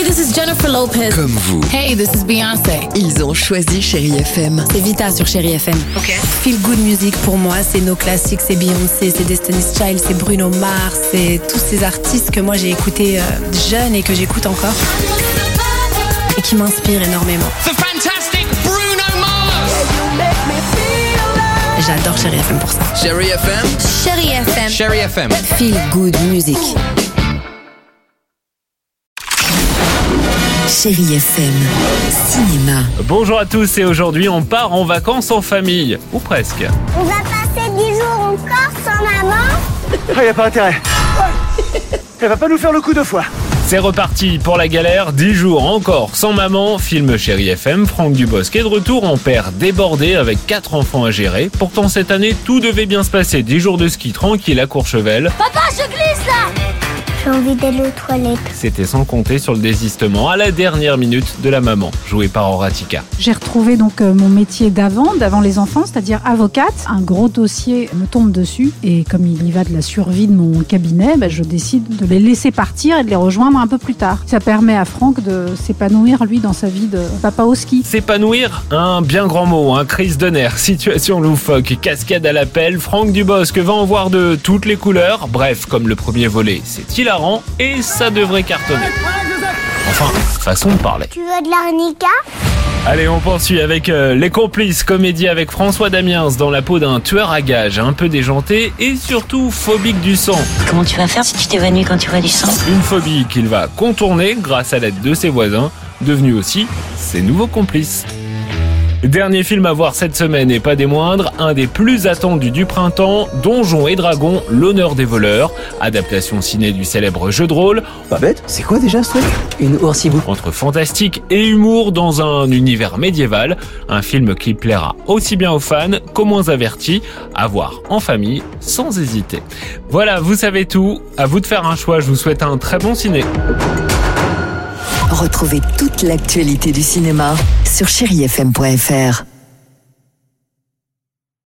this is Jennifer Lopez. Comme vous. Hey, this is Beyoncé. Ils ont choisi Chérie FM. C'est Vita sur Chérie FM. Ok. Feel good music pour moi, c'est nos classiques, c'est Beyoncé, c'est Destiny's Child, c'est Bruno Mars, c'est tous ces artistes que moi j'ai écoutés jeune et que j'écoute encore et qui m'inspirent énormément. The fantastic Bruno Mars. J'adore Chérie FM pour ça. Chérie FM. Chérie FM. Chérie FM. Feel good music. Chérie FM. Cinéma. Bonjour à tous et aujourd'hui on part en vacances en famille, ou presque. On va passer 10 jours encore sans maman. Y a pas intérêt. Elle va pas nous faire le coup deux fois. C'est reparti pour la galère, 10 jours encore sans maman, film Chérie FM, Franck Dubosc est de retour en père débordé avec 4 enfants à gérer. Pourtant cette année tout devait bien se passer, 10 jours de ski tranquille à Courchevel. Papa, je glisse là. J'ai envie d'aller aux toilettes. C'était sans compter sur le désistement à la dernière minute de la maman, jouée par Horatica. J'ai retrouvé donc mon métier d'avant les enfants, c'est-à-dire avocate. Un gros dossier me tombe dessus et comme il y va de la survie de mon cabinet, je décide de les laisser partir et de les rejoindre un peu plus tard. Ça permet à Franck de s'épanouir, lui, dans sa vie de papa au ski. S'épanouir, un bien grand mot, crise de nerfs, situation loufoque, cascade à l'appel, Franck Dubosc va en voir de toutes les couleurs. Bref, comme le premier volet, c'est hilarant et ça devrait cartonner. Enfin, façon de parler. Tu veux de l'arnica? Allez, on poursuit avec Les Complices, comédie avec François Damiens dans la peau d'un tueur à gages, un peu déjanté et surtout phobique du sang. Comment tu vas faire si tu t'évanouis quand tu vois du sang? Une phobie qu'il va contourner grâce à l'aide de ses voisins, devenus aussi ses nouveaux complices. Dernier film à voir cette semaine et pas des moindres, un des plus attendus du printemps, Donjons et Dragons, l'honneur des voleurs, adaptation ciné du célèbre jeu de rôle. Pas bête, c'est quoi déjà ce truc? Une oursibou. Entre fantastique et humour dans un univers médiéval, un film qui plaira aussi bien aux fans qu'aux moins avertis, à voir en famille sans hésiter. Voilà, vous savez tout, à vous de faire un choix, je vous souhaite un très bon ciné. Retrouvez toute l'actualité du cinéma sur chérifm.fr.